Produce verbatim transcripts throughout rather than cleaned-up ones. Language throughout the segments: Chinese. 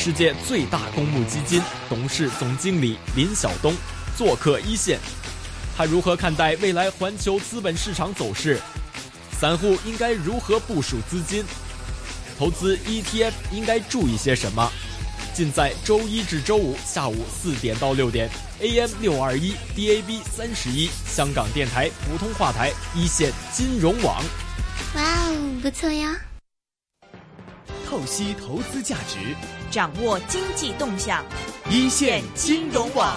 世界最大公募基金董事总经理林晓东做客一线，他如何看待未来环球资本市场走势？散户应该如何部署资金？投资 E T F 应该注意些什么？尽在周一至周五下午四点到六点 A M 六二一 D A B 三十一香港电台普通话台一线金融网。 哇哦，不错呀！ 透析投资价值， 掌握经济动向， 一线金融网。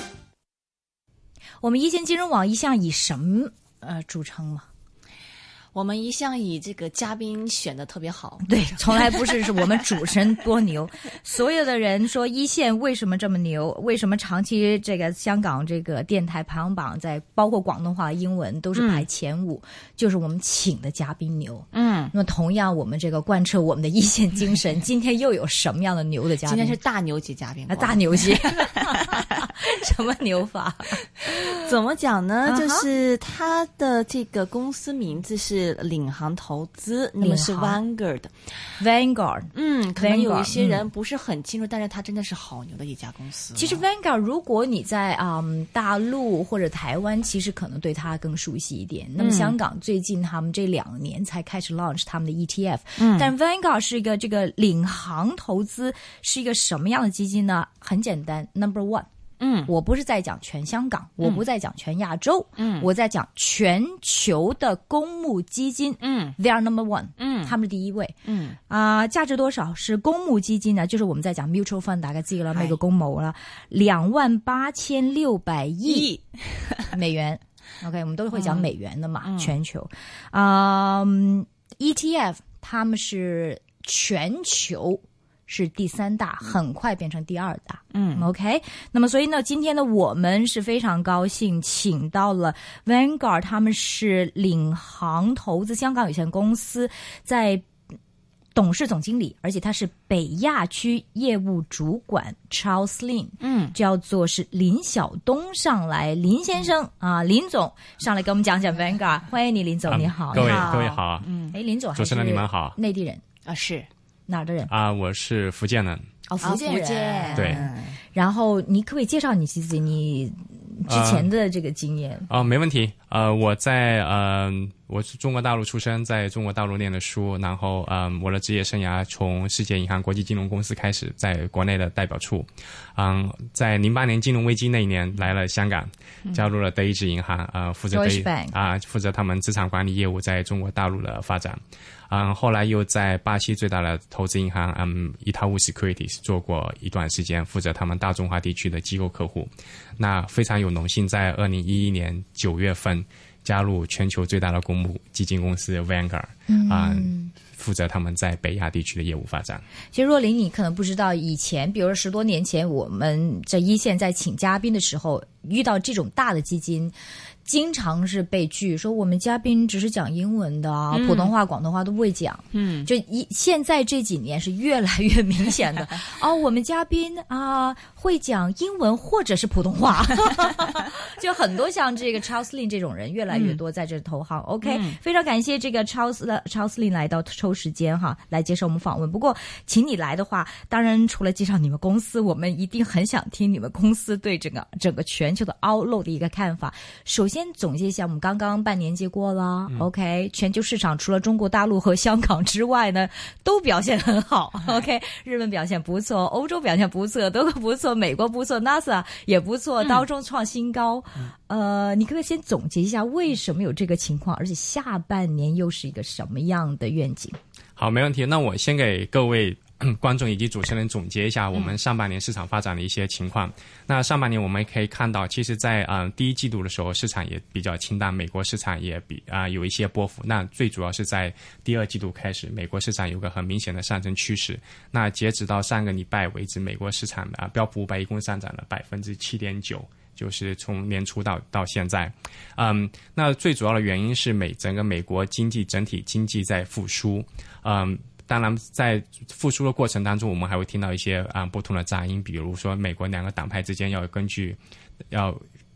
我们一线金融网一向以什么呃著称吗？ 我们一向以这个嘉宾选的特别好， 对，从来不是是我们主持人多牛。所有的人说一线为什么这么牛？为什么长期这个香港这个电台排行榜在包括广东话、英文都是排前五，嗯、就是我们请的嘉宾牛。嗯，那么同样我们这个贯彻我们的一线精神，今天又有什么样的牛的嘉宾？ 今天是大牛级嘉宾啊， 大牛级。什么牛法？ 怎么讲呢？ Uh-huh? 就是他的这个公司名字是领航投资，那么是 Vanguard。Vanguard， 嗯， 可能有一些人不是很清楚，嗯、但是他真的是好牛的一家公司。 其实 Vanguard， 如果你在嗯大陆或者台湾，其实可能对它更熟悉一点。那么香港最近他们这两年才开始 launch 他们的 E T F，嗯，但 Vanguard 是一个这个领航投资，是一个什么样的基金呢？很简单 ，Number One。嗯，我不是在讲全香港，我不在讲全亚洲，嗯，我在讲全球的公募基金，嗯 ，They are number one， 嗯，他们是第一位，嗯，啊、呃，价值多少是公募基金呢？就是我们在讲 mutual fund， 大概知啦，每個公募啦，兩萬八千六百億美元，OK， 我們都會講美元的嘛，嗯、全球，啊、呃、，E T F 他們是全球。是第三大，很快变成第二大。嗯 ，OK。那么，所以呢，今天呢，我们是非常高兴，请到了 Vanguard， 他们是领航投资香港有限公司在董事总经理，而且他是北亚区业务主管 Charles Lin， 嗯，叫做是林晓东上来，林先生啊，林总上来跟我们讲讲 Vanguard， 欢迎你，林总，你好， 各位各位好， 嗯，哎，林总， 主持人你们好， 内地人啊是。 哪儿的人啊？我是福建人。 哦，福建人。 哦、 对。 然后你可不可以介绍你自己你之前的这个经验？ 啊、呃呃，没问题。呃，我在呃，我是中国大陆出生，在中国大陆念的书，然后嗯、呃，我的职业生涯从世界银行国际金融公司开始，在国内的代表处。嗯，在零八年金融危机那一年来了香港，加入了德意志银行，呃，负责德意啊、呃，负责他们资产管理业务在中国大陆的发展。嗯，后来又在巴西最大的投资银行，嗯 ，Itaú Securities 做过一段时间，负责他们大中华地区的机构客户。那非常有荣幸，在二零一一年九月份加入全球最大的公募基金公司 Vanguard， 嗯。嗯负责他们在北亚地区的业务发展。 其实若琳，你可能不知道，以前比如说十多年前，我们在一线在请嘉宾的时候，遇到这种大的基金，经常是被拒，说我们嘉宾只是讲英文的啊，嗯、普通话、广东话都不会讲。嗯，就一现在这几年是越来越明显的哦，我们嘉宾啊会讲英文或者是普通话，就很多像这个 Charles Lin 这种人越来越多在这投行。嗯、OK，、嗯、非常感谢这个 Charles Charles Lin 来到抽时间哈来接受我们访问。不过请你来的话，当然除了介绍你们公司，我们一定很想听你们公司对整个整个全球的 outlook 的一个看法。首先总结一下，我们刚刚半年结过了、嗯、OK， 全球市场除了中国大陆和香港之外呢，都表现很好。OK， 日本表现不错，欧洲表现不错，德国不错，美国不错 ，NASA 也不错，道中创新高。嗯、呃，你可不可以先总结一下为什么有这个情况，而且下半年又是一个什么样的愿景？ 好，没问题。那我先给各位观众以及主持人总结一下我们上半年市场发展的一些情况。嗯、那上半年我们可以看到，其实在呃第一季度的时候，市场也比较清淡，美国市场也比啊、呃、有一些波幅。那最主要是在第二季度开始，美国市场有个很明显的上升趋势。那截止到上个礼拜为止，美国市场啊、呃、标普五百一共上涨了百分之七点九。就是从年初到到现在，嗯，那最主要的原因是美整个美国经济整体经济在复苏，嗯，当然在复苏的过程当中，我们还会听到一些啊、嗯、不同的杂音，比如说美国两个党派之间要根据要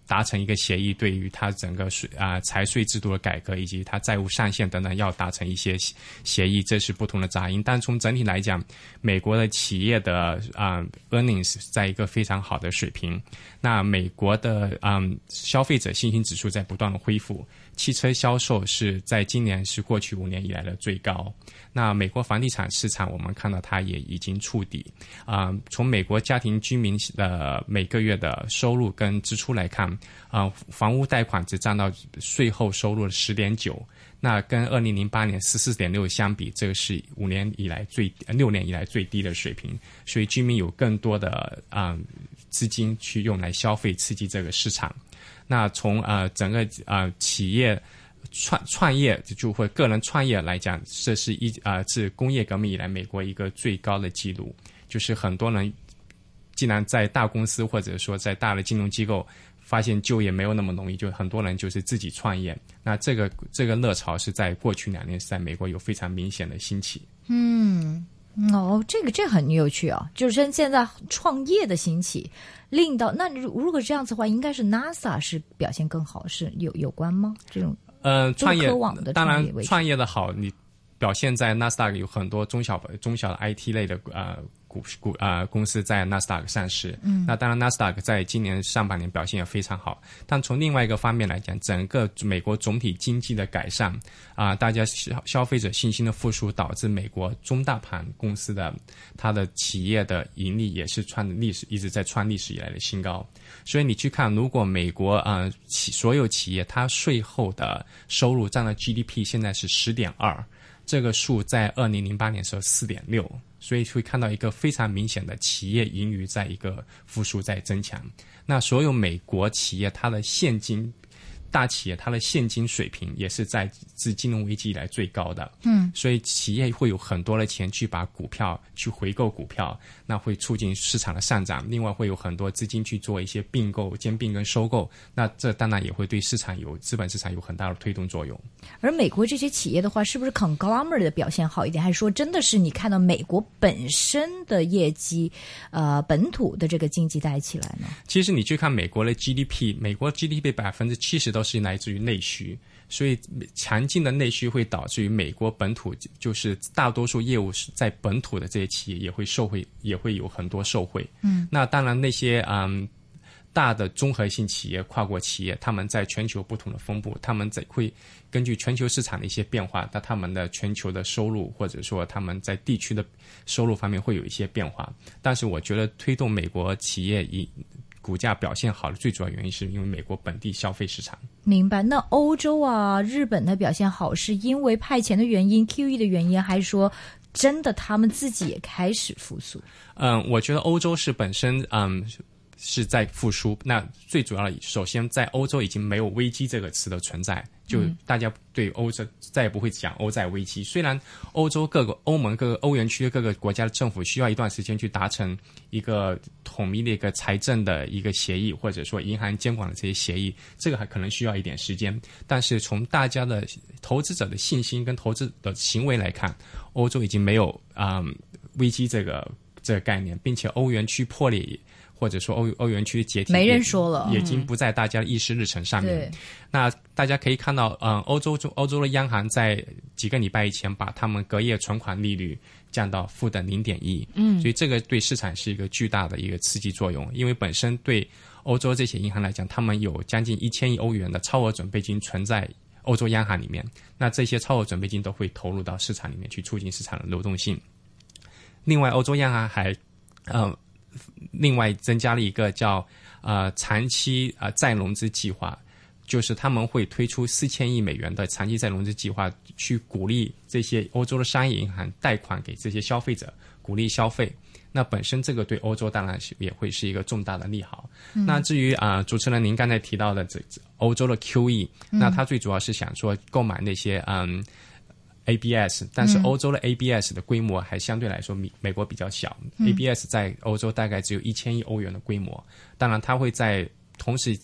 达成一个协议，对于它整个税啊、呃、财税制度的改革以及它债务上限等等要达成一些协议，这是不同的杂音。但从整体来讲，美国的企业的啊、呃、earnings 在一个非常好的水平。那美国的嗯、呃、消费者信心指数在不断的恢复，汽车销售是在今年是过去五年以来的最高。那美国房地产市场我们看到它也已经触底啊、呃。从美国家庭居民的每个月的收入跟支出来看啊、呃，房屋贷款只占到税后收入的 十点九， 那跟二零零八年 十四点六 相比，这个是五年以来最六年以来最低的水平。所以居民有更多的啊、呃、资金去用来消费，刺激这个市场。那从呃整个呃企业创创业就会个人创业来讲，这是一啊、呃、自工业革命以来美国一个最高的记录，就是很多人既然在大公司或者说在大的金融机构发现就业没有那么容易，就很多人就是自己创业。那这个这个热潮是在过去两年是在美国有非常明显的兴起。 嗯。哦，这个这很有趣啊！就是现在创业的兴起，令到那如果这样子的话，应该是 NASA 是表现更好，是有有关吗？这种呃，创业当然创业的好，你表现在纳斯达克有很多中小中小的 I T 类的呃股股啊、呃、公司在纳斯达克上市。嗯，那当然纳斯达克在今年上半年表现也非常好。但从另外一个方面来讲，整个美国总体经济的改善啊、呃，大家消消费者信心的复苏，导致美国中大盘公司的它的企业的盈利也是创历史一直在创历史以来的新高。所以你去看，如果美国啊、呃、企所有企业它税后的收入占了 G D P 现在是 十点二。这个数在二零零八年时候 四点六， 所以会看到一个非常明显的企业盈余在一个复苏在增强。那所有美国企业它的现金大企业它的现金水平也是在自金融危机以来最高的。嗯，所以企业会有很多的钱去把股票去回购股票，那会促进市场的上涨。另外会有很多资金去做一些并购、兼并跟收购，那这当然也会对市场有资本市场有很大的推动作用。 而美国这些企业的话，是不是 conglomerate 的表现好一点，还是说真的是你看到美国本身的业绩，呃，本土的这个经济带起来呢？ 其实你去看美国的 G D P， 美国 G D P 百分之七十都是来自于内需，所以强劲的内需会导致于美国本土，就是大多数业务是在本土的这些企业也会受惠，也会有很多受惠。嗯，那当然那些嗯大的综合性企业、跨国企业，他们在全球不同的分布，他们在会根据全球市场的一些变化，那他们的全球的收入或者说他们在地区的收入方面会有一些变化。但是我觉得推动美国企业以股价表现好的最主要原因是因为美国本地消费市场。 明白。那欧洲啊、日本的表现好是因为派遣的原因、Q E 的原因，还是说真的他们自己也开始复苏？ 嗯，我觉得欧洲是本身嗯是在复苏。那最主要的，首先在欧洲已经没有危机这个词的存在，就大家对欧洲再也不会讲欧债危机。虽然欧洲各个欧盟各个欧元区的各个国家的政府需要一段时间去达成一个统一的一个财政的一个协议，或者说银行监管的这些协议，这个还可能需要一点时间。但是从大家的投资者的信心跟投资的行为来看，欧洲已经没有嗯危机这个这个概念，并且欧元区破裂或者说欧欧元区的解体， 没人说了， 已经不在大家的议事日程上面。嗯、那大家可以看到，嗯，欧洲欧洲的央行在几个礼拜以前把他们隔夜存款利率降到负的零点一，嗯，所以这个对市场是一个巨大的一个刺激作用，因为本身对欧洲这些银行来讲，他们有将近一千亿欧元的超额准备金存在欧洲央行里面，那这些超额准备金都会投入到市场里面去促进市场的流动性。另外，欧洲央行还，呃。另外增加了一个叫呃长期啊、呃、再融资计划，就是他们会推出四千亿美元的长期再融资计划，去鼓励这些欧洲的商业银行贷款给这些消费者，鼓励消费。那本身这个对欧洲当然是也会是一个重大的利好。嗯、那至于啊、呃、主持人您刚才提到的这欧洲的 Q E，、嗯、那他最主要是想说购买那些嗯。A B S， 但是欧洲的 A B S 的规模还相对来说美国比较小、嗯、A B S 在欧洲大概只有一千亿欧元的规模，当然它会在同时在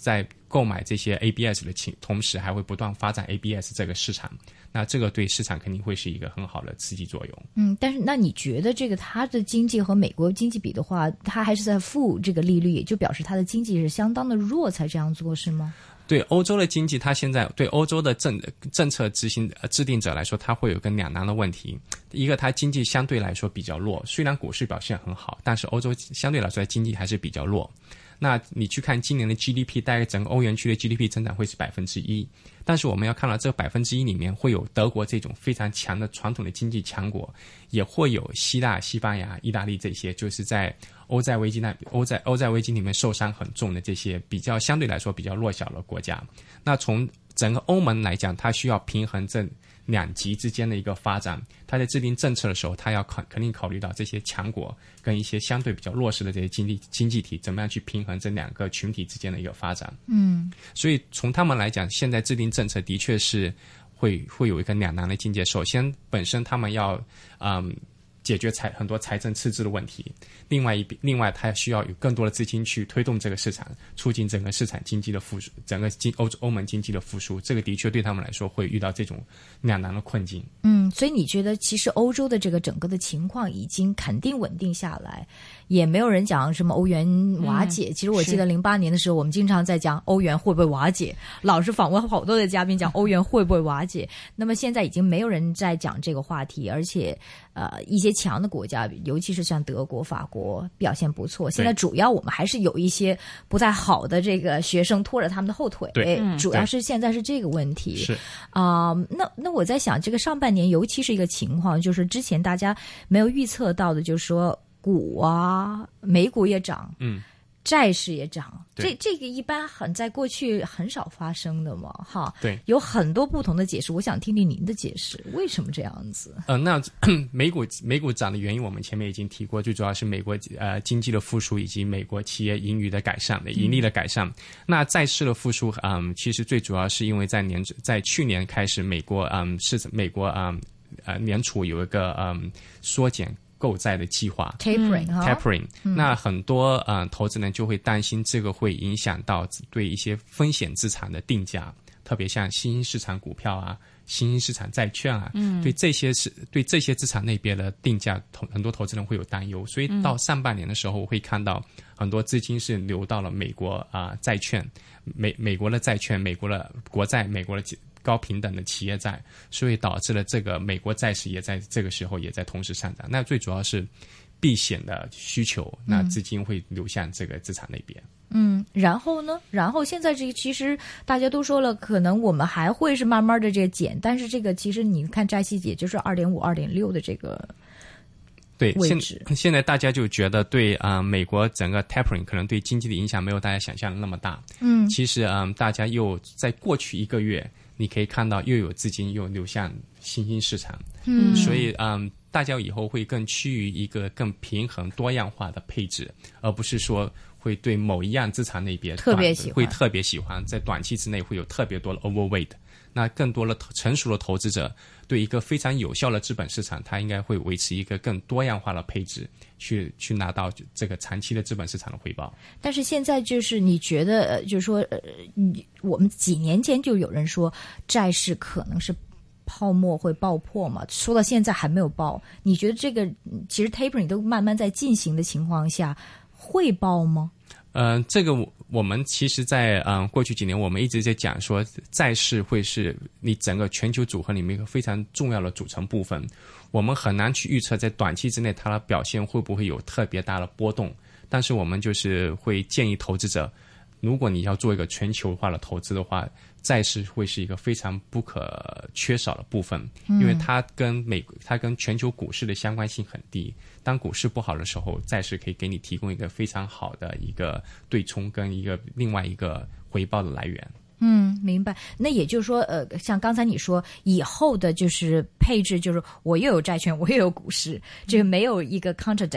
购买这些 A B S 的情，同时还会不断发展 A B S 这个市场，那这个对市场肯定会是一个很好的刺激作用。 嗯，但是那你觉得这个它的经济和美国经济比的话，它还是在负这个利率，也就表示它的经济是相当的弱才这样做，是吗？ 对欧洲的经济，它现在对欧洲的政政策执行呃制定者来说，它会有个两难的问题。一个，它经济相对来说比较弱，虽然股市表现很好，但是欧洲相对来说经济还是比较弱。那你去看今年的 G D P， 大概整个欧元区的 G D P 增长会是百分之一，但是我们要看到这百分之一里面会有德国这种非常强的传统的经济强国，也会有希腊、西班牙、意大利这些就是在欧债危机那欧债欧债危机里面受伤很重的这些比较相对来说比较弱小的国家。那从整个欧盟来讲，它需要平衡这两极之间的一个发展，它在制定政策的时候，它要考肯定考虑到这些强国跟一些相对比较弱势的这些经济经济体怎么样去平衡这两个群体之间的一个发展。嗯，所以从他们来讲，现在制定政策的确是会会有一个两难的境界。首先，本身他们要嗯解决财很多财政赤字的问题，另外一另外它需要有更多的资金去推动这个市场，促进整个市场经济的复苏，整个经欧欧盟经济的复苏，这个的确对他们来说会遇到这种两难的困境。 嗯，所以你觉得其实欧洲的这个整个的情况已经肯定稳定下来，也没有人讲什么欧元瓦解。嗯、其实我记得零八年的时候，我们经常在讲欧元会不会瓦解，老是访问好多的嘉宾讲欧元会不会瓦解。那么现在已经没有人在讲这个话题，而且呃一些强的国家，尤其是像德国、法国表现不错。现在主要我们还是有一些不太好的这个学生拖着他们的后腿， 对， 主要是现在是这个问题。 是啊、呃，那那我在想，这个上半年尤其是一个情况，就是之前大家没有预测到的，就是说股啊，美股也涨，嗯。债市也涨，这这个一般很在过去很少发生的嘛，哈。 对， 有很多不同的解释，我想听听您的解释，为什么这样子？ 呃，那美股美股涨的原因，我们前面已经提过，最主要是美国呃经济的复苏以及美国企业盈余的改善、盈利的改善。嗯、那债市的复苏，嗯，其实最主要是因为在年在去年开始，美国嗯是美国嗯呃联储有一个嗯缩减购债的计划 tapering tapering，、嗯、那很多呃投资人就会担心这个会影响到对一些风险资产的定价，特别像新兴市场股票啊、新兴市场债券啊，嗯、对这些是对这些资产类别的定价，很多投资人会有担忧，所以到上半年的时候，我会看到很多资金是流到了美国啊、呃、债券，美美国的债券、美国的国债、美国的高平等的企业债，所以导致了这个美国债市也在这个时候也在同时上涨。那最主要是避险的需求，那资金会流向这个资产类别。 嗯，然后呢？然后现在这个其实大家都说了，可能我们还会是慢慢的这个减，但是这个其实你看债息也就是二点五、二点六的这个。 对，现现在大家就觉得对啊、呃，美国整个 tapering 可能对经济的影响没有大家想象的那么大。嗯，其实嗯、呃，大家又在过去一个月，你可以看到又有资金又流向新兴市场。嗯，所以嗯、呃，大家以后会更趋于一个更平衡多样化的配置，而不是说会对某一样资产类别特别喜欢， 会特别喜欢，在短期之内会有特别多的 overweight。那更多的成熟的投资者对一个非常有效的资本市场，他应该会维持一个更多样化的配置，去去拿到这个长期的资本市场的回报。 但是现在就是你觉得，呃，就是说，呃，我们几年前就有人说债市可能是泡沫会爆破嘛，说到现在还没有爆。你觉得这个其实 tapering 都慢慢在进行的情况下，会爆吗？ 呃，这个我们其实在嗯、呃、过去几年，我们一直在讲说，债市会是你整个全球组合里面一个非常重要的组成部分。我们很难去预测在短期之内它的表现会不会有特别大的波动，但是我们就是会建议投资者，如果你要做一个全球化的投资的话，债市会是一个非常不可缺少的部分，因为它跟美它跟全球股市的相关性很低。当股市不好的时候，债市可以给你提供一个非常好的一个对冲跟一个另外一个回报的来源。 嗯，明白。那也就是说，呃，像刚才你说，以后的就是配置，就是我又有债券，我又有股市，这个没有一个 contradict，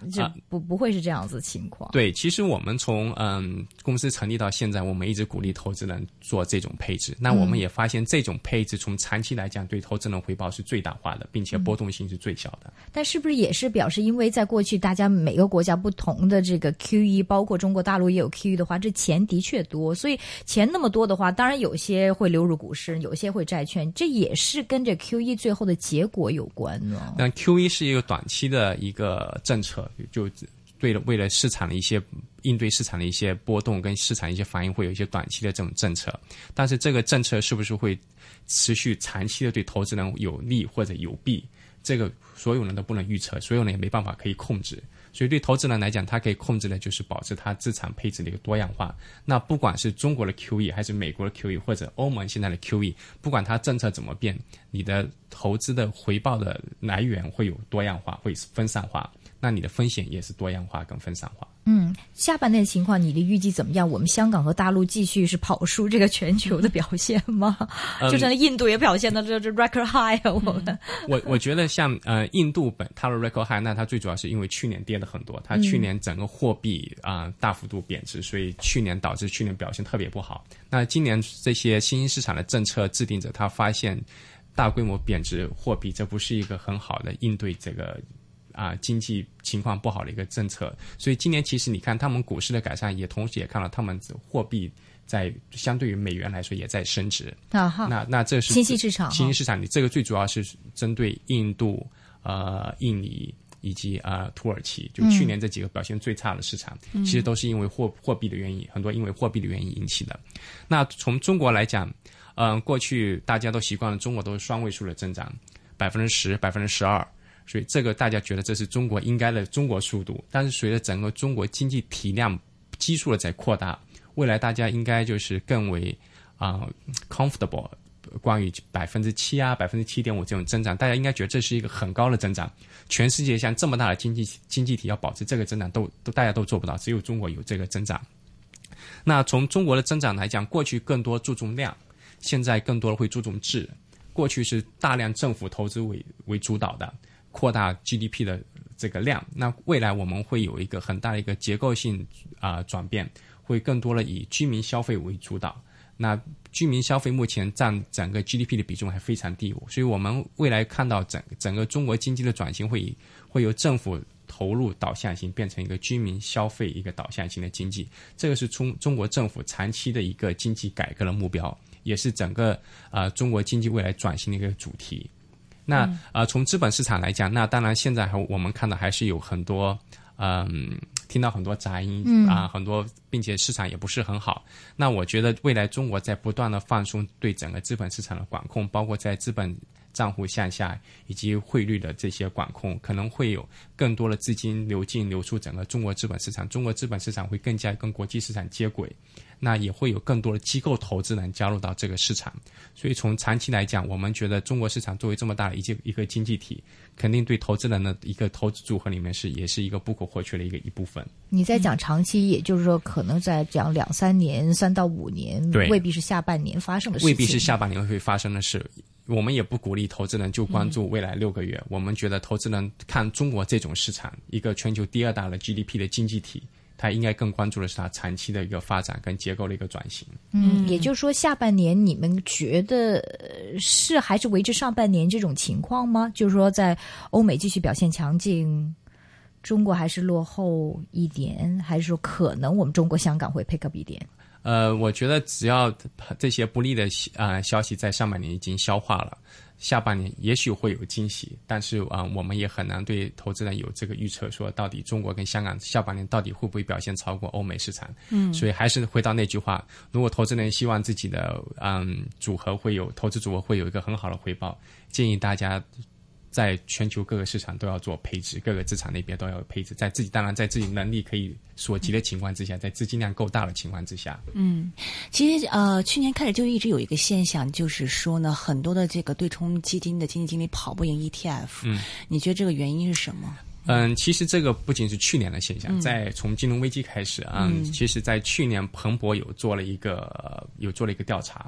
就不、啊、不会是这样子的情况。 对，其实我们从嗯公司成立到现在，我们一直鼓励投资人做这种配置。那我们也发现，这种配置从长期来讲，对投资人回报是最大化的，并且波动性是最小的。 嗯、但是不是也是表示，因为在过去大家每个国家不同的这个 Q E， 包括中国大陆也有 Q E 的话，这钱的确多，所以钱那么多的话，当然有些会流入股市，有些会债券，这也是跟着 Q E 最后的结果有关呢。 那 Q E 是一个短期的一个政策，就对了，为了市场的一些应对市场的一些波动跟市场一些反应，会有一些短期的这种政策。但是这个政策是不是会持续长期的对投资人有利或者有弊，这个所有人都不能预测，所有人也没办法可以控制。所以对投资人来讲，他可以控制的就是保持他资产配置的一个多样化。那不管是中国的 Q E 还是美国的 Q E 或者欧盟现在的 Q E， 不管它政策怎么变，你的投资的回报的来源会有多样化，会分散化，那你的风险也是多样化跟分散化。 嗯，下半年的情况你的预计怎么样？我们香港和大陆继续是跑输这个全球的表现吗？嗯、就像印度也表现到这这 record high 啊，我们、嗯、 我我觉得像呃印度本它的 record high， 那它最主要是因为去年跌了很多，它去年整个货币啊、呃、大幅度贬值，所以去年导致去年表现特别不好。那今年这些新兴市场的政策制定者，他发现大规模贬值货币这不是一个很好的应对这个。啊，经济情况不好的一个政策，所以今年其实你看他们股市的改善，也同时也看到他们货币在相对于美元来说也在升值。 啊哈， 那那这是新兴市场， 新兴市场，你这个最主要是针对印度、呃印尼以及呃土耳其，就去年这几个表现最差的市场，嗯、其实都是因为货货币的原因，很多因为货币的原因引起的。那从中国来讲，嗯、呃，过去大家都习惯了中国都是双位数的增长，百分之十、百分之十二。所以这个大家觉得这是中国应该的中国速度，但是随着整个中国经济体量基数的在扩大，未来大家应该就是更为啊、呃、comfortable， 关于百分之七啊百分之七点五这种增长，大家应该觉得这是一个很高的增长。全世界像这么大的经济经济体要保持这个增长都都大家都做不到，只有中国有这个增长。那从中国的增长来讲，过去更多注重量，现在更多的会注重质。过去是大量政府投资为为主导的。扩大 G D P 的这个量，那未来我们会有一个很大的一个结构性啊、呃、转变，会更多的以居民消费为主导。那居民消费目前占整个 G D P 的比重还非常低，所以我们未来看到整整个中国经济的转型会会由政府投入导向型变成一个居民消费一个导向型的经济，这个是中中国政府长期的一个经济改革的目标，也是整个啊、呃、中国经济未来转型的一个主题。那呃，从资本市场来讲，那当然现在还我们看到还是有很多嗯，听到很多杂音啊、呃，很多，并且市场也不是很好。那我觉得未来中国在不断的放松对整个资本市场的管控，包括在资本账户向下以及汇率的这些管控，可能会有更多的资金流进流出整个中国资本市场，中国资本市场会更加跟国际市场接轨，那也会有更多的机构投资人加入到这个市场。所以从长期来讲，我们觉得中国市场作为这么大的一个一个经济体，肯定对投资人的一个投资组合里面是也是一个不可或缺的一个一部分。 你在讲长期，也就是说可能在讲两三年、三到五年，未必是下半年发生的事情， 未必是下半年会发生的事。我们也不鼓励投资人就关注未来六个月、嗯、我们觉得投资人看中国这种市场，一个全球第二大的 G D P 的经济体，他应该更关注的是它长期的一个发展跟结构的一个转型。 嗯，也就是说下半年你们觉得是还是维持上半年这种情况吗？就是说在欧美继续表现强劲，中国还是落后一点，还是说可能我们中国香港会 pick up 一点？ 呃，我觉得只要这些不利的啊、呃、消息在上半年已经消化了，下半年也许会有惊喜，但是啊、呃，我们也很难对投资人有这个预测，说到底中国跟香港下半年到底会不会表现超过欧美市场？嗯，所以还是回到那句话，如果投资人希望自己的嗯组合会有投资组合会有一个很好的回报，建议大家在全球各个市场都要做配置，各个资产那边都要有配置，在自己当然在自己能力可以所及的情况之下，在资金量够大的情况之下。 嗯，其实呃，去年开始就一直有一个现象，就是说呢，很多的这个对冲基金的基金经理跑不赢 E T F。嗯，你觉得这个原因是什么？ 嗯，其实这个不仅是去年的现象，在从金融危机开始啊、嗯，其实在去年彭博有做了一个有做了一个调查。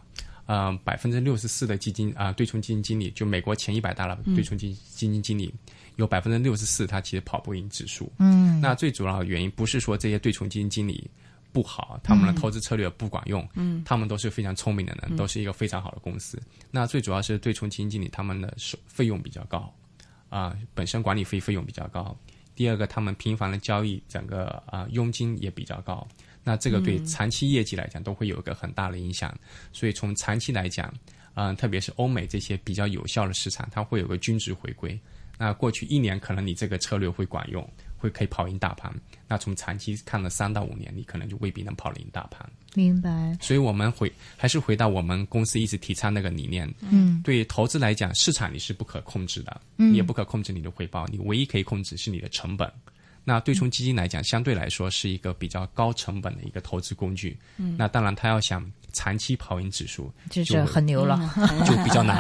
呃百分之六十四的基金啊、呃、对冲基金经理，就美国前一百大的对冲基基金经理，嗯、有百分之六十四他其实跑不赢指数。嗯，那最主要的原因不是说这些对冲基金经理不好，他们的投资策略不管用，嗯，他们都是非常聪明的人，嗯、都是一个非常好的公司。那最主要是对冲基金经理他们的费用比较高，啊、呃，本身管理费费用比较高。第二个，他们频繁的交易，整个啊、呃、佣金也比较高。那这个对长期业绩来讲都会有一个很大的影响。嗯、所以从长期来讲，嗯、呃，特别是欧美这些比较有效的市场，它会有个均值回归。那过去一年可能你这个策略会管用，会可以跑赢大盘。那从长期看了三到五年，你可能就未必能跑赢大盘。 明白。 所以我们回还是回到我们公司一直提倡那个理念。嗯，对投资来讲，市场你是不可控制的，嗯，你也不可控制你的回报，你唯一可以控制是你的成本。那对冲基金来讲，相对来说是一个比较高成本的一个投资工具。嗯，那当然他要想长期跑赢指数， 就是很牛了， 就比较难。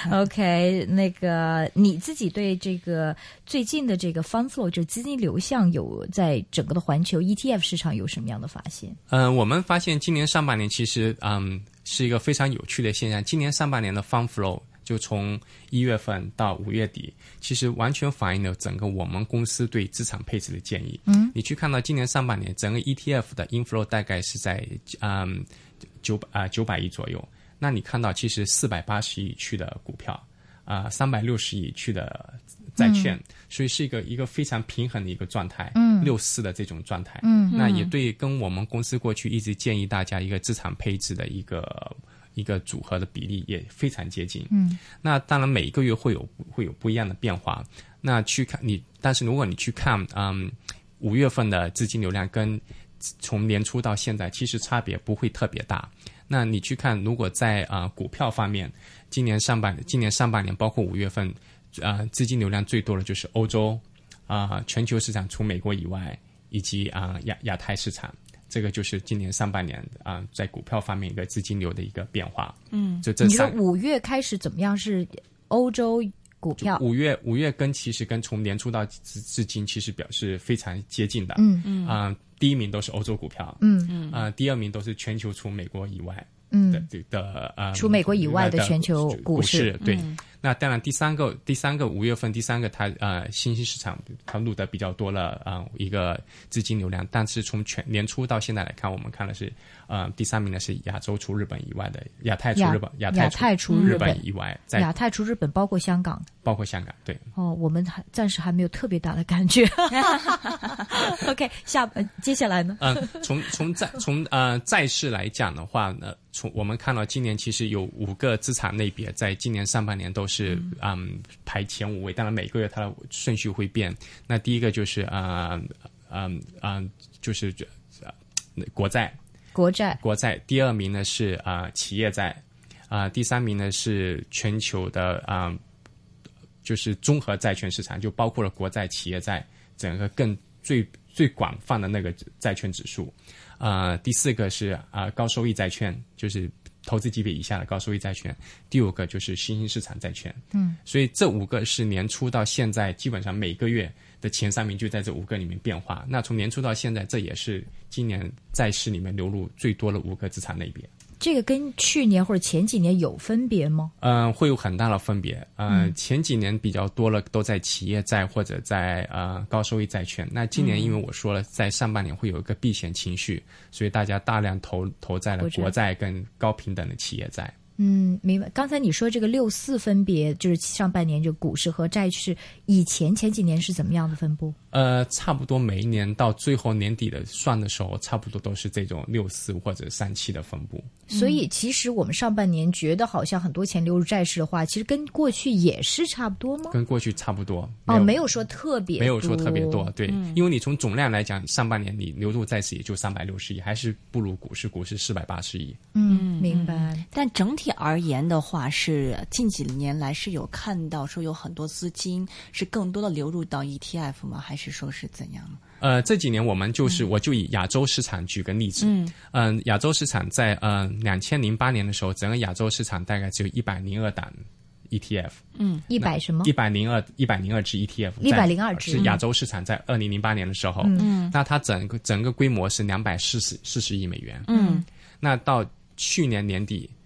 OK， 那个你自己对这个最近的这个 fund flow 就是资金流向有在整个的环球 E T F 市场有什么样的发现？嗯、 呃，我们发现今年上半年其实嗯是一个非常有趣的现象。今年上半年的 fund flow。就从一月份到五月底，其实完全反映了整个我们公司对资产配置的建议。嗯，你去看到今年上半年整个 E T F 的 inflow 大概是在嗯九百啊九百亿左右。那你看到其实四百八十亿去的股票啊，三百六十亿去的债券，嗯、所以是一个一个非常平衡的一个状态。嗯，六四的这种状态。嗯，那也对跟我们公司过去一直建议大家一个资产配置的一个。一个组合的比例也非常接近。嗯，那当然每一个月会有会有不一样的变化。那去看你，但是如果你去看，嗯，五月份的资金流量跟从年初到现在，其实差别不会特别大。那你去看，如果在啊、呃、股票方面，今年上半今年上半年，包括五月份，啊、呃、资金流量最多的就是欧洲啊、呃、全球市场除美国以外，以及啊、呃、亚亚太市场。这个就是今年上半年啊、呃，在股票方面一个资金流的一个变化。嗯，就这你说五月开始怎么样？是欧洲股票？ 五月五月跟其实跟从年初到至至今，其实表示非常接近的。嗯嗯啊、呃，第一名都是欧洲股票。嗯嗯啊、呃，第二名都是全球除美国以外。嗯的的的呃， 除美国以外的全球股市。 股市对。嗯，那当然，第三个第三个五月份第三个它呃新兴市场它录得比较多了啊、呃、一个资金流量，但是从全年初到现在来看，我们看的是呃第三名的是亚洲除日本以外的亚太除日本亚亚太除日本以外，在亚太除日本包括香港， 包括香港对。 哦，我们还暂时还没有特别大的感觉。OK， 下接下来呢？嗯、 呃，从从债从呃债市来讲的话呢。从我们看到今年其实有五个资产类别在今年上半年都是 嗯, 嗯排前五位，当然每个月它的顺序会变。那第一个就是啊嗯嗯就是呃国债国债国债，第二名呢是啊、呃、企业债啊、呃，第三名呢是全球的啊、呃、就是综合债券市场，就包括了国债、企业债，整个更最最广泛的那个债券指数。啊、呃，第四个是啊、呃、高收益债券，就是投资级别以下的高收益债券。第五个就是新兴市场债券。嗯，所以这五个是年初到现在基本上每个月的前三名就在这五个里面变化。那从年初到现在，这也是今年债市里面流入最多的五个资产类别。 这个跟去年或者前几年有分别吗？ 嗯、呃，会有很大的分别。呃、嗯，前几年比较多了都在企业债或者在呃高收益债券。那今年因为我说了，在上半年会有一个避险情绪，所以大家大量投投在了国债跟高平等的企业债。 嗯，明白。刚才你说这个六四分别就是上半年就股市和债市，以前前几年是怎么样的分布？ 呃，差不多每一年到最后年底的算的时候，差不多都是这种六四或者三七的分布。 所以其实我们上半年觉得好像很多钱流入债市的话，其实跟过去也是差不多吗？ 跟过去差不多。 哦，没有说特别多， 没有说特别多，对、嗯，因为你从总量来讲，上半年你流入债市也就三百六十亿，还是不如股市，股市四百八十亿。 嗯，明白。 但整体而言的话，是近几年来是有看到说有很多资金是更多的流入到 E T F 吗？还是说是怎样呢？ 呃，这几年我们就是、嗯、我就以亚洲市场举个例子，嗯，呃、亚洲市场在呃两千零八年的时候，整个亚洲市场大概只有一百零二档 E T F， 嗯，一百什么？ 一百零二一百零二只 E T F， 一百零二只是亚洲市场在二零零八年的时候，嗯，那它整个整个规模是两百四十四十亿美元，嗯，那到去年年底。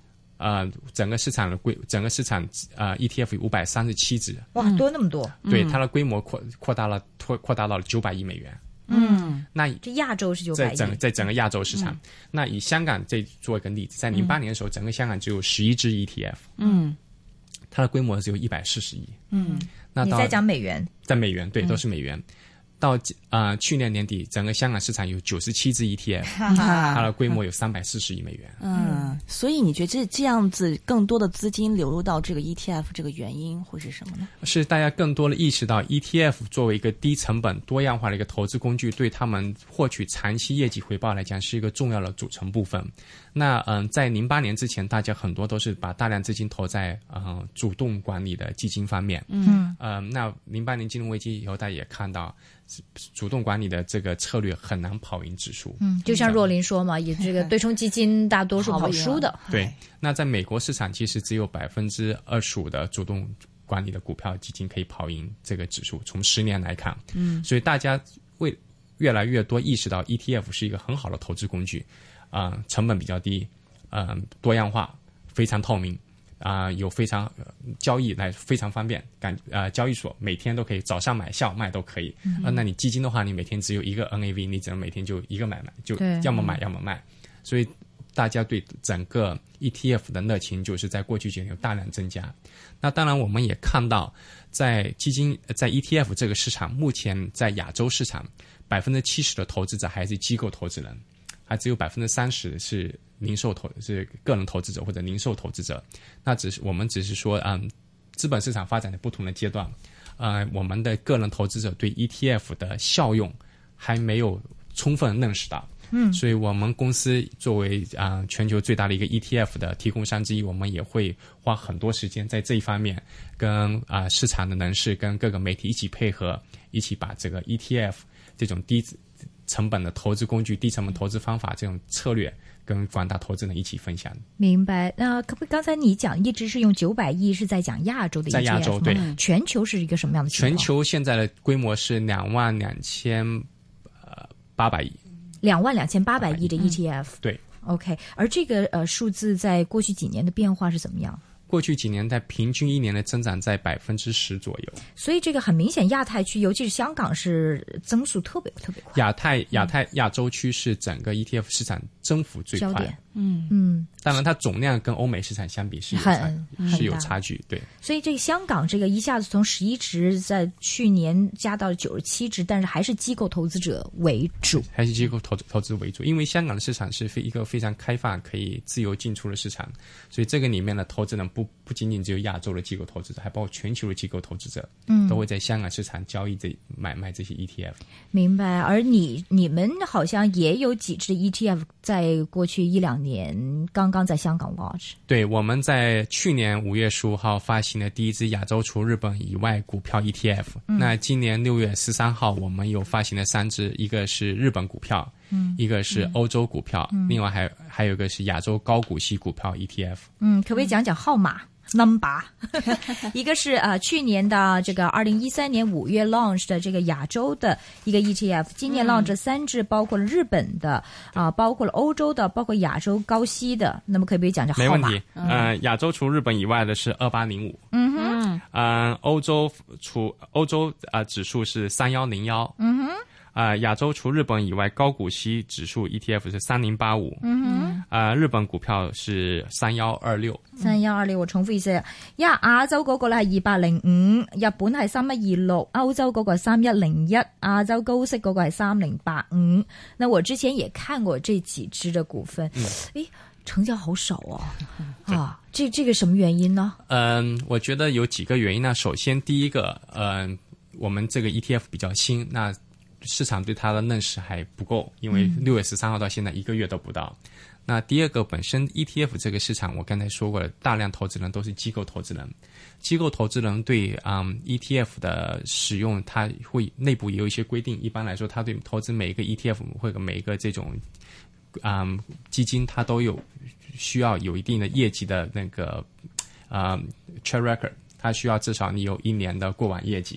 呃，整个市场的规，整个市场呃 E T F 有五百三十七只， 哇，多那么多， 对，它的规模扩扩大了，扩扩大到了九百亿美元。 嗯， 那这亚洲是九百亿， 在整在整个亚洲市场，嗯、那以香港这做一个例子，在零八年的时候，嗯、整个香港只有十一只 E T F， 嗯， 它的规模只有一百四十亿， 嗯， 那你在讲美元， 在美元，对，都是美元。嗯到呃去年年底，整个香港市场有九十七只 E T F， 它的规模有三百四十亿美元。 嗯，所以你觉得这这样子更多的资金流入到这个 E T F 这个原因会是什么呢？ 是大家更多的意识到 E T F 作为一个低成本、多样化的一个投资工具，对他们获取长期业绩回报来讲是一个重要的组成部分。那嗯、呃，在零八年之前，大家很多都是把大量资金投在呃主动管理的基金方面。 嗯， 呃，那零八年金融危机以后，大家也看到。主动管理的这个策略很难跑赢指数， 嗯，就像若琳说嘛，也这个对冲基金大多数跑输的。 对，那在美国市场其实只有百分之二十五的主动管理的股票基金可以跑赢这个指数，从十年来看，嗯，所以大家会越来越多意识到 E T F 是一个很好的投资工具，啊、呃，成本比较低，嗯、呃，多样化，非常透明。啊、呃，有非常、呃、交易来非常方便，感呃交易所每天都可以早上买下午卖都可以。嗯、呃，那你基金的话，你每天只有一个 N A V， 你只能每天就一个买卖，就要么买要么卖。所以大家对整个 E T F 的热情就是在过去几年有大量增加。那当然我们也看到，在基金在 E T F 这个市场，目前在亚洲市场百分之七十的投资者还是机构投资人，还只有百分之三十是。零售投是个人投资者或者零售投资者，那只是我们只是说，嗯，资本市场发展的不同的阶段，呃，我们的个人投资者对 E T F 的效用还没有充分认识到，嗯，所以我们公司作为啊、呃、全球最大的一个 E T F 的提供商之一，我们也会花很多时间在这一方面，跟啊、呃、市场的人士跟各个媒体一起配合，一起把这个 E T F 这种低成本的投资工具、低成本投资方法这种策略。跟广大投资人一起分享。 明白。那可不？刚才你讲一直是用九百亿是在讲亚洲的 E T F， 在亚洲对。 全球是一个什么样的情况？ 全球现在的规模是两万两千呃八百亿。 两万两千八百亿的 E T F。 嗯、对。 OK， 而这个呃数字在过去几年的变化是怎么样？ 过去几年，在平均一年的增长在百分之十左右， 所以这个很明显，亚太区，尤其是香港，是增速特别特别快。 亚太、亚太、亚洲区是整个 E T F 市场增幅最快。 嗯嗯， 当然它总量跟欧美市场相比是有差是有差距，对。 所以这个香港这个一下子从十一只在去年加到九十七只，但是还是机构投资者为主， 还是机构投投资为主，因为香港的市场是非一个非常开放、可以自由进出的市场，所以这个里面的投资人不不仅仅只有亚洲的机构投资者，还包括全球的机构投资者，嗯，都会在香港市场交易这买卖这些 E T F。 明白。而你你们好像也有几只 E T F 在过去一两年刚刚在香港 launch。 对，我们在去年五月十五号发行了第一支亚洲除日本以外股票 E T F、嗯、那今年六月十三号我们又发行了三支，一个是日本股票、嗯、一个是欧洲股票、嗯、另外还还有一个是亚洲高股息股票 E T F。 嗯，可不可以讲讲号码number？ 一个是呃去年的这个二零一三年五月 launch 的这个亚洲的一个 E T F， 今年 launch 三支，包括了日本的啊、呃，包括了欧洲的，包括亚洲高息的。那么可不可以讲讲号码？ 没问题。嗯、呃，亚洲除日本以外的是二八零五。嗯哼。嗯、呃，欧洲除欧洲啊、呃、指数是三幺零幺。嗯哼。啊、呃，亚洲除日本以外高股息指数 E T F 是三零八五。嗯哼。啊、呃，日本股票是三幺二六。 三幺二六，我重複一次，因為亞洲嗰個咧係二百零五，日本係三一二六，歐洲嗰個係三一零一，亞洲高息嗰個係三零八五。那我之前也看過這幾支的股份，嗯、誒，成交好少啊，啊，這這個什麼原因呢？ 嗯，我覺得有幾個原因呢。首先，第一個，嗯，我們這個 E T F 比較新，那市場對它的認識還不夠，因為六月十三號到現在一個月都不到。嗯，那第二個，本身 E T F 這個市場，我剛才說過了，大量投資人都是機構投資人，機構投資人對嗯 E T F 的使用，它會內部也有一些規定。一般來說，它對投資每一個 E T F 或者每一個這種嗯基金，它都有需要有一定的業績的那個呃 track record，它需要至少你有一年的過往業績。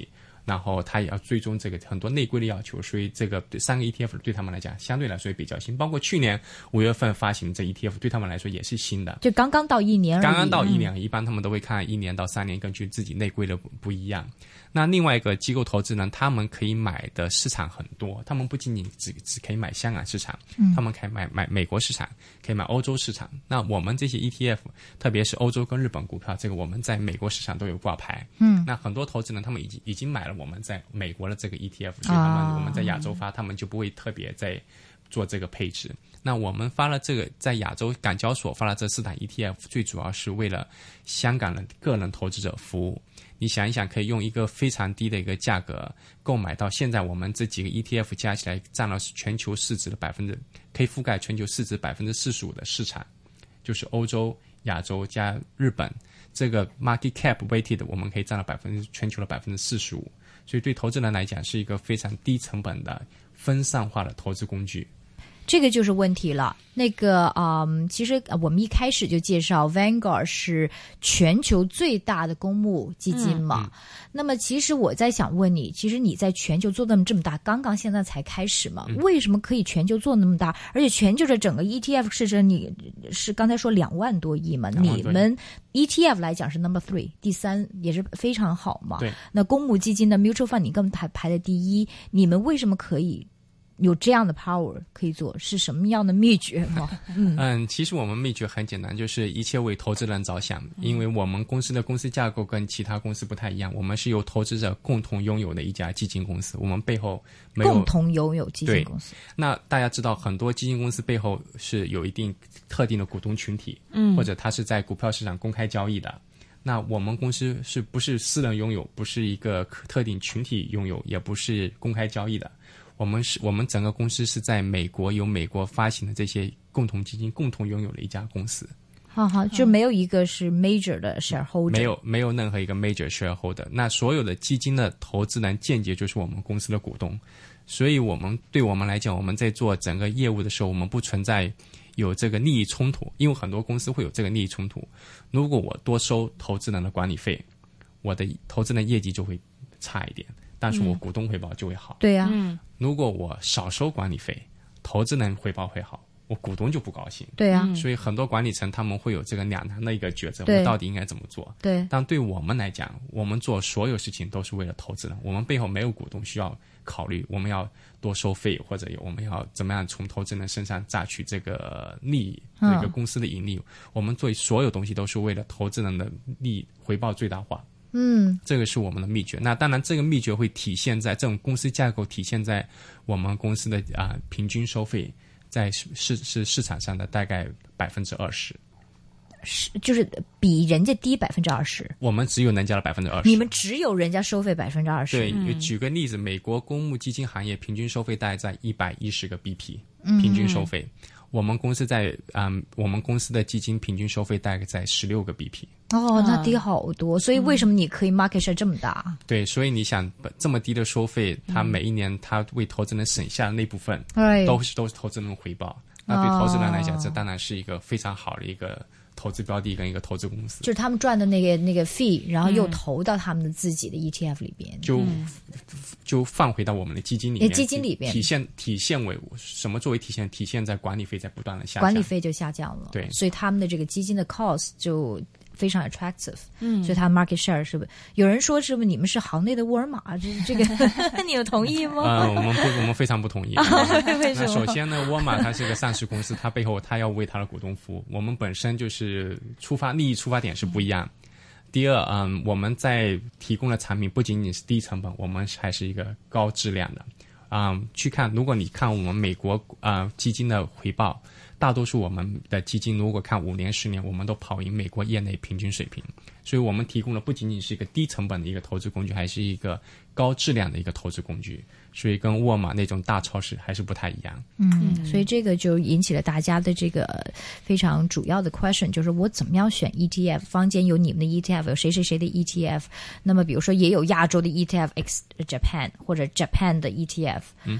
然后它也要追踪这个很多内规的要求，所以这个三个 E T F 对他们来讲相对来说也比较新，包括去年五月份发行的这 E T F 对他们来说也是新的， 就刚刚到一年而已， 刚刚到一年，一般他们都会看一年到三年，根据自己内规的不不一样。那另外一个机构投资人，他们可以买的市场很多，他们不仅仅只只可以买香港市场，嗯、他们可以买买美国市场，可以买欧洲市场。那我们这些 E T F， 特别是欧洲跟日本股票，这个我们在美国市场都有挂牌。嗯，那很多投资人他们已经已经买了我们在美国的这个 E T F， 所以他们、啊、我们在亚洲发，他们就不会特别在做这个配置。那我们发了这个在亚洲港交所发了这四档 E T F， 最主要是为了香港的个人投资者服务。你想一想，可以用一个非常低的一个价格购买到现在我们这几个 E T F 加起来占了全球市值的百分之，可以覆盖全球市值百分之四十五的市场，就是欧洲、亚洲加日本，这个 market cap weighted 我们可以占了百分之全球的百分之四十五，所以对投资人来讲是一个非常低成本的分散化的投资工具。 这个就是问题了。那个嗯，其实我们一开始就介绍 Vanguard 是全球最大的公募基金嘛。嗯、那么其实我在想问你，其实你在全球做那么这么大，刚刚现在才开始嘛？嗯、为什么可以全球做那么大？而且全球的整个 E T F 市值你是刚才说两万多亿嘛？你们 E T F 来讲是 number three， 第三也是非常好嘛。 对。 那公募基金的 mutual fund 你根本排排在第一，你们为什么可以有这样的 power 可以做，是什么样的秘诀吗？ 嗯, 嗯其实我们秘诀很简单，就是一切为投资人着想。因为我们公司的公司架构跟其他公司不太一样，我们是由投资者共同拥有的一家基金公司，我们背后没有共同拥有基金公司。 那大家知道很多基金公司背后是有一定特定的股东群体，嗯，或者它是在股票市场公开交易的。那我们公司是不是私人拥有，不是一个特定群体拥有，也不是公开交易的。我们是我们整个公司是在美国由美国发行的这些共同基金共同拥有的一家公司。 好好，就没有一个是 major 的 shareholder， 没有没有任何一个 major shareholder。那所有的基金的投资人间接就是我们公司的股东，所以我们对我们来讲，我们在做整个业务的时候，我们不存在有这个利益冲突，因为很多公司会有这个利益冲突。如果我多收投资人的管理费，我的投资人业绩就会差一点。但是我股东回报就会好。 嗯、对呀、 嗯， 如果我少收管理费，投资人回报会好，我股东就不高兴。 对呀、啊， 所以很多管理层他们会有这个两难的一个抉择，我到底应该怎么做？ 对。 但对我们来讲，我们做所有事情都是为了投资人，我们背后没有股东需要考虑，我们要多收费，或者我们要怎么样从投资人身上榨取这个利益，这、嗯、个公司的盈利。我们做所有东西都是为了投资人的利益回报最大化。 嗯， 这个是我们的秘诀。那当然，这个秘诀会体现在这种公司架构，体现在我们公司的啊、呃、平均收费，在市是市场上的大概百分之二十， 是就是比人家低百分之二十。 我们只有人家的百分之二十， 你们只有人家收费百分之二十。 对， 嗯、 举个例子，美国公募基金行业平均收费大概在一百一十个 B P， 平均收费。嗯我们公司在嗯，我们公司的基金平均收费大概在十六个 B P。 哦，那低好多。所以为什么你可以 market share 这么大？嗯、 对，所以你想这么低的收费，它每一年它为投资人省下的那部分， 嗯、 都是都是投资人的回报。那对投资人来讲，哦、这当然是一个非常好的一个投资标的跟一个投资公司， 就是他们赚的那个那个 fee， 然后又投到他们的自己的 E T F 里边， 就、 嗯、 就放回到我们的基金里面， 基金里边体现体现为什么作为体现？体现在管理费在不断的下降， 管理费就下降了， 对， 所以他们的这个基金的 cost 就非常 attractive， 嗯，所以它 market share 是不是？有人说是不是你们是行内的沃尔玛？这这个你有同意吗？ 呃，我们不，我们非常不同意。 为什么？ 那首先呢，沃尔玛它是个上市公司，它背后它要为它的股东服务。我们本身就是出发利益出发点是不一样。嗯、第二，嗯，我们在提供的产品不仅仅是低成本，我们还是一个高质量的。嗯，去看，如果你看我们美国啊、呃、基金的回报。大多数我们的基金如果看五年十年，我们都跑赢美国业内平均水平，所以我们提供的不仅仅是一个低成本的一个投资工具，还是一个高质量的一个投资工具，所以跟沃尔玛那种大超市还是不太一样。 嗯，所以这个就引起了大家的这个非常主要的 question， 就是我怎么样选 E T F？ 坊间有你们的 E T F， 有谁谁谁的 E T F， 那么比如说也有亚洲的 E T F， X Japan 或者 Japan 的 E T F。嗯。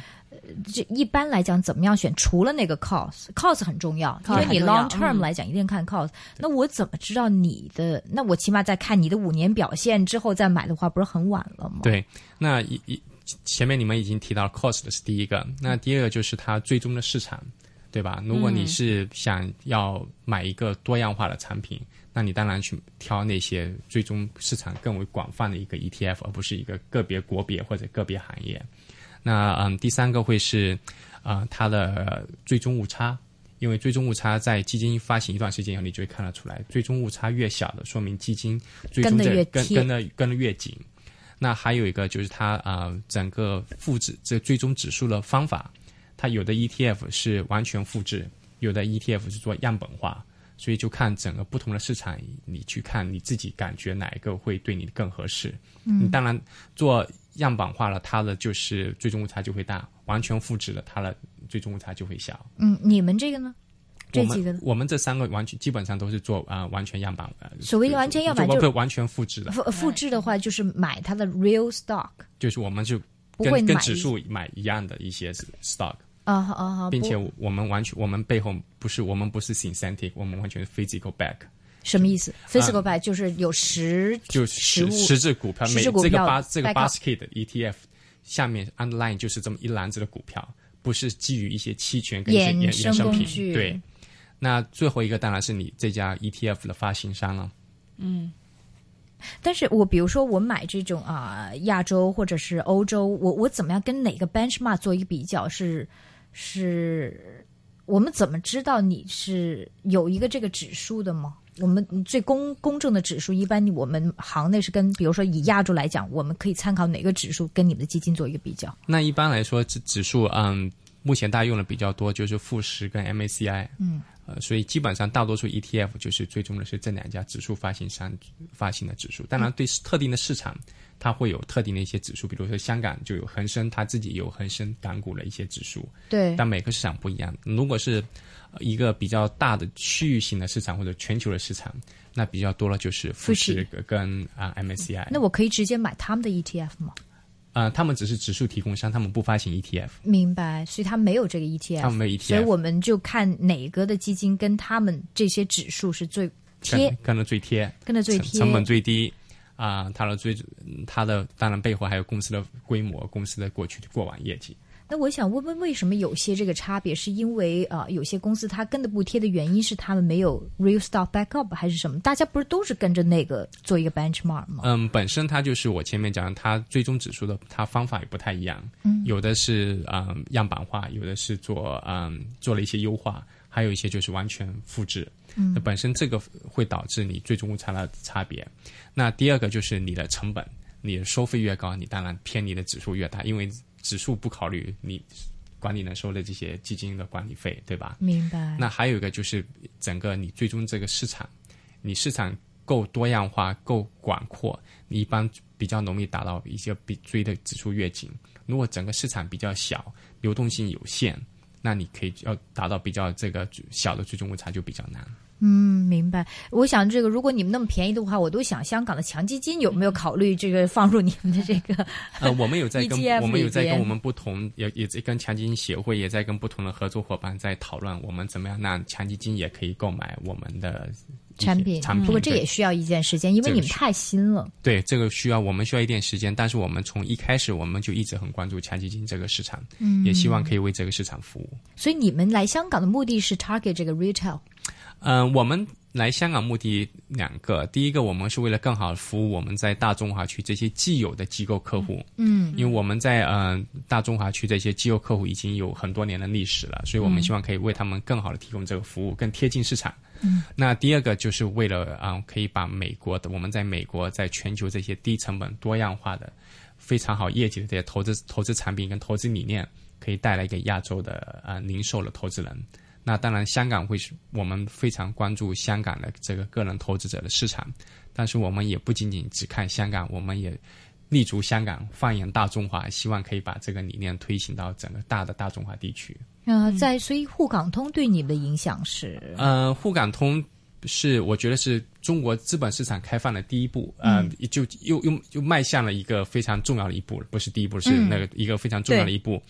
这一般来讲怎么样选？除了那个 cost cost 很重要，因为你 long term 来讲一定看 cost、嗯、那我怎么知道你的？那我起码在看你的五年表现之后再买的话，不是很晚了吗？ 对，那一一前面你们已经提到 cost 的是第一个，那第二个就是它最终的市场，对吧？如果你是想要买一个多样化的产品，嗯、那你当然去挑那些最终市场更为广泛的一个 E T F， 而不是一个个别国别或者个别行业。那嗯，第三个会是啊、呃、它的、呃、最终误差，因为最终误差在基金发行一段时间以后，你就会看得出来，最终误差越小的，说明基金最终的跟跟的跟的越紧。那还有一个就是它啊、呃、整个复制这最终指数的方法，它有的 E T F 是完全复制，有的 E T F 是做样本化，所以就看整个不同的市场，你去看你自己感觉哪一个会对你更合适。嗯，你当然做样本化了，它的就是最终误差就会大；完全复制了，它的最终误差就会小。 嗯，你们这个呢？这几个呢？ 我们这三个完全基本上都是做啊、呃、完全样板。呃、 所谓的完全样板就是完全复制的。 复复制的话，就是买它的 real stock， 就是我们就不会跟跟指数买一样的一些 stock。 啊啊！ 并且我们完全，我们背后不是我们不是 synthetic， 我们完全是 physical back。 什么意思 ？physical back、嗯、就是有实就实实质股票， 实质股票每这个八这个 basket 的 E T F 下面 underline 就是这么一篮子的股票，不是基于一些期权跟一些衍衍生品。对。那最后一个当然是你这家 E T F 的发行商了。 嗯。但是我比如说我买这种啊、呃、亚洲或者是欧洲，我我怎么样跟哪个 benchmark 做一个比较？是是，我们怎么知道你是有一个这个指数的吗？我们最公公正的指数，一般我们行内是跟，比如说以亚洲来讲，我们可以参考哪个指数跟你们的基金做一个比较？ 那一般来说，指指数嗯，目前大家用的比较多就是富时跟 M A C I。嗯。呃，所以基本上大多数 E T F 就是最终的是这两家指数发行商发行的指数。当然，对特定的市场，它会有特定的一些指数，比如说香港就有恒生，它自己有恒生港股的一些指数。 对。但每个市场不一样。如果是一个比较大的区域性的市场或者全球的市场，那比较多了就是富时跟啊、呃、M A C I。 那我可以直接买他们的 E T F 吗？ 呃，他们只是指数提供商，他们不发行 E T F。 明白，所以他们没有这个 E T F， 他们没有 E T F， 所以我们就看哪个的基金跟他们这些指数是最贴， 跟, 跟得最贴， 跟得最贴， 成本最低啊、呃，它的最，它的当然背后还有公司的规模，公司的过去的过往业绩。 那我想问问，为什么有些这个差别？是因为呃，有些公司它跟得不贴的原因是他们没有 real stock backup， 还是什么？大家不是都是跟着那个做一个 benchmark 吗？ 嗯，本身它就是我前面讲，它最终指数的它方法也不太一样。嗯，有的是嗯样板化，有的是做嗯做了一些优化，还有一些就是完全复制。嗯，那本身这个会导致你最终误差的差别。那第二个就是你的成本，你的收费越高，你当然偏离的指数越大，因为指数不考虑你管理能收的这些基金的管理费，对吧？ 明白。 那还有一个就是整个你最终这个市场，你市场够多样化、够广阔，你一般比较容易达到一些比追的指数越紧。如果整个市场比较小，流动性有限，那你可以要达到比较这个小的最终误差就比较难。 嗯，明白。我想这个，如果你们那么便宜的话，我都想香港的强基金有没有考虑这个放入你们的这个？ 呃，我们有在跟我们有在跟我们不同，也也在跟强基金协会，也在跟不同的合作伙伴在讨论，我们怎么样让强基金也可以购买我们的产品。 产品。 不过这也需要一件时间，因为你们太新了。 对，这个需要我们需要一点时间，但是我们从一开始我们就一直很关注强基金这个市场，嗯，也希望可以为这个市场服务。 所以你们来香港的目的是 target 这个 retail。 嗯、呃，我们来香港目的两个，第一个我们是为了更好的服务我们在大中华区这些既有的机构客户，嗯，因为我们在呃大中华区这些机构客户已经有很多年的历史了，所以我们希望可以为他们更好的提供这个服务，更贴近市场。嗯，那第二个就是为了啊、呃，可以把美国的我们在美国在全球这些低成本多样化的非常好业绩的这些投资投资产品跟投资理念，可以带来给亚洲的呃零售的投资人。那当然，香港会是我们非常关注香港的这个个人投资者的市场，但是我们也不仅仅只看香港，我们也立足香港，放眼大中华，希望可以把这个理念推行到整个大的大中华地区。 呃，在所以沪港通对你的影响是？ 呃，沪港通是我觉得是中国资本市场开放的第一步，呃，嗯、就又又又迈向了一个非常重要的一步，不是第一步，是那个一个非常重要的一步。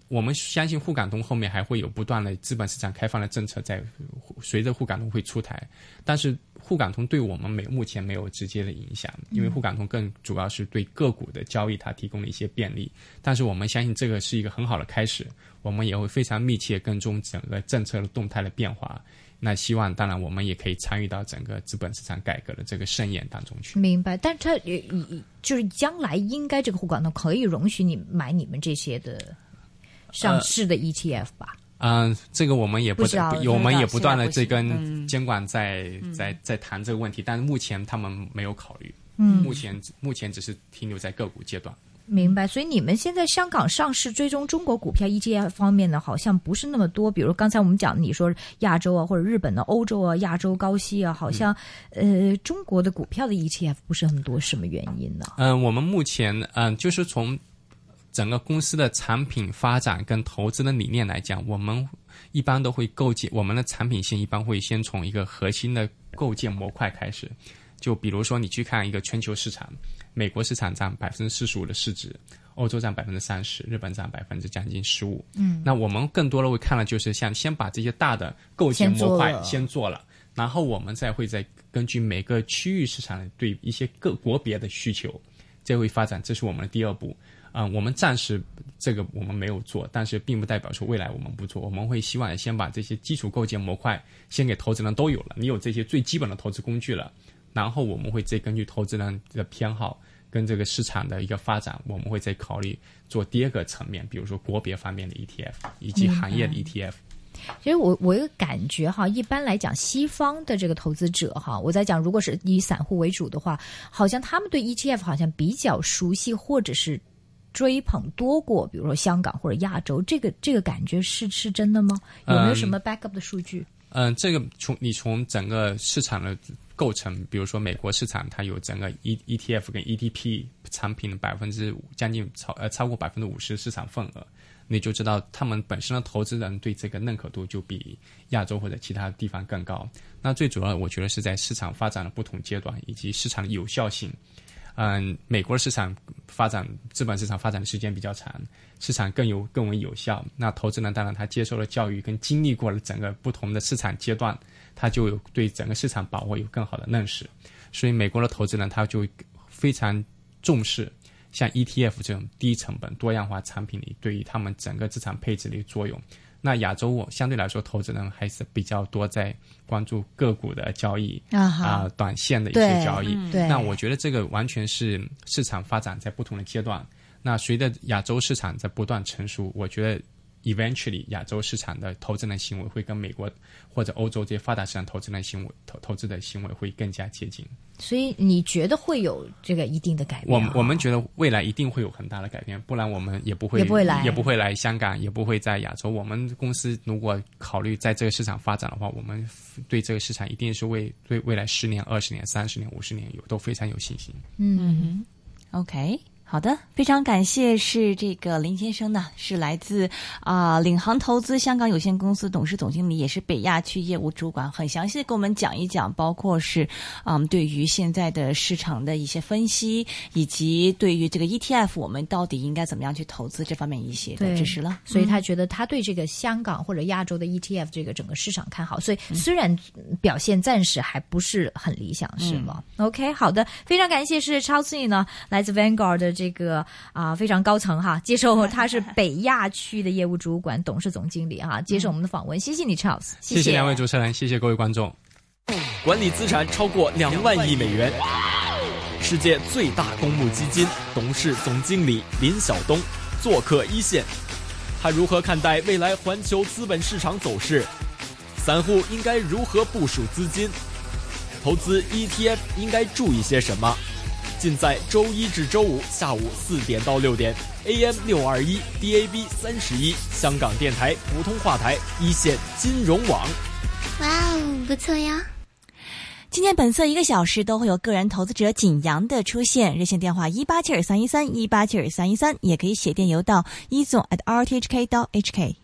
我们相信沪港通后面还会有不断的资本市场开放的政策在随着沪港通会出台，但是沪港通对我们没目前没有直接的影响，因为沪港通更主要是对个股的交易它提供了一些便利，但是我们相信这个是一个很好的开始，我们也会非常密切跟踪整个政策的动态的变化。那希望当然我们也可以参与到整个资本市场改革的这个盛宴当中去。 明白，但它就是将来应该这个沪港通可以容许你买你们这些的上市的 E T F 吧？ 嗯、呃，这个我们也不， 不知道我们也不断的在跟监管在、嗯、在在谈这个问题，但是目前他们没有考虑，嗯，目前目前只是停留在个股阶段。 明白，所以你们现在香港上市追踪中国股票 E T F 方面呢，好像不是那么多。比如刚才我们讲，你说亚洲啊，或者日本的、欧洲啊、亚洲高息啊，好像、嗯、呃中国的股票的 E T F 不是很多，什么原因呢？ 嗯、呃，我们目前嗯、呃，就是从整个公司的产品发展跟投资的理念来讲，我们一般都会构建我们的产品线，一般会先从一个核心的构建模块开始。就比如说你去看一个全球市场，美国市场占百分之四十五的市值，欧洲占百分之三十，日本占百分之将近十五。嗯，那我们更多的会看的就是像先把这些大的构建模块先做了，然后我们再会再根据每个区域市场对一些个国别的需求，再会发展，这是我们的第二步。嗯，我们暂时这个我们没有做，但是并不代表说未来我们不做。我们会希望先把这些基础构建模块先给投资人都有了，你有这些最基本的投资工具了。然后我们会再根据投资人的偏好跟这个市场的一个发展，我们会再考虑做第二个层面，比如说国别方面的 E T F 以及行业的 E T F。 其实我我有个感觉哈，一般来讲，西方的这个投资者哈，我在讲，如果是以散户为主的话，好像他们对 E T F 好像比较熟悉，或者是追捧多过，比如说香港或者亚洲，这个这个感觉是是真的吗？有没有什么 backup 的数据？ 嗯，呃、这个从你从整个市场的构成，比如说美国市场，它有整个 E E T F 跟 E T P 产品的百分之将近超呃超过百分之五十市场份额，你就知道他们本身的投资人对这个认可度就比亚洲或者其他地方更高。那最主要我觉得是在市场发展的不同阶段以及市场的有效性。嗯，美国的市场发展，资本市场发展的时间比较长，市场更有更为有效。那投资人当然他接受了教育，跟经历过了整个不同的市场阶段，他就有对整个市场把握有更好的认识。所以美国的投资人他就非常重视像 E T F 这种低成本多样化产品里对于他们整个资产配置的作用。那亚洲相对来说投资人还是比较多在关注个股的交易啊、呃、短线的一些交易、 嗯、 那我觉得这个完全是市场发展在不同的阶段。那随着亚洲市场在不断成熟，我觉得 eventually 亚洲市场的投资人行为会跟美国或者欧洲这些发达市场投资人行为 投, 投资的行为会更加接近。 所以你觉得会有这个一定的改变、啊、 我我们觉得未来一定会有很大的改变，不然我们也不会也不会来也不会来香港，也不会在亚洲。我们公司如果考虑在这个市场发展的话，我们对这个市场一定是为对未来十年、二十年、三十年、五十年有都非常有信心。 嗯 ，OK。好的，非常感谢，是这个林先生呢，是来自啊、呃、领航投资香港有限公司董事总经理，也是北亚区业务主管，很详细的跟我们讲一讲，包括是嗯对于现在的市场的一些分析，以及对于这个 E T F 我们到底应该怎么样去投资这方面一些的知识了。 所以他觉得他对这个香港或者亚洲的 E T F 这个整个市场看好，所以虽然表现暂时还不是很理想，嗯、是吗 ？OK， 好的，非常感谢，是超次呢，来自 Vanguard 的这个啊、呃、非常高层哈，接受他是北亚区的业务主管、董事总经理哈，接受我们的访问，谢谢你 Charles， 谢谢, 谢谢两位主持人，谢谢各位观众。 管理资产超过两万亿美元，世界最大公募基金董事总经理林晓东做客一线，他如何看待未来环球资本市场走势？散户应该如何部署资金？投资 E T F 应该注意些什么？尽在周一至周五下午四点到六点 A M 六二一 D A B 三十一香港电台普通话台一线金融网。 哇哦，不错呀！ 今天本色一个小时都会有个人投资者景阳的出现，热线电话一八七二三一三一八七二三一三，也可以写电邮到一总 at r t h k dot h k。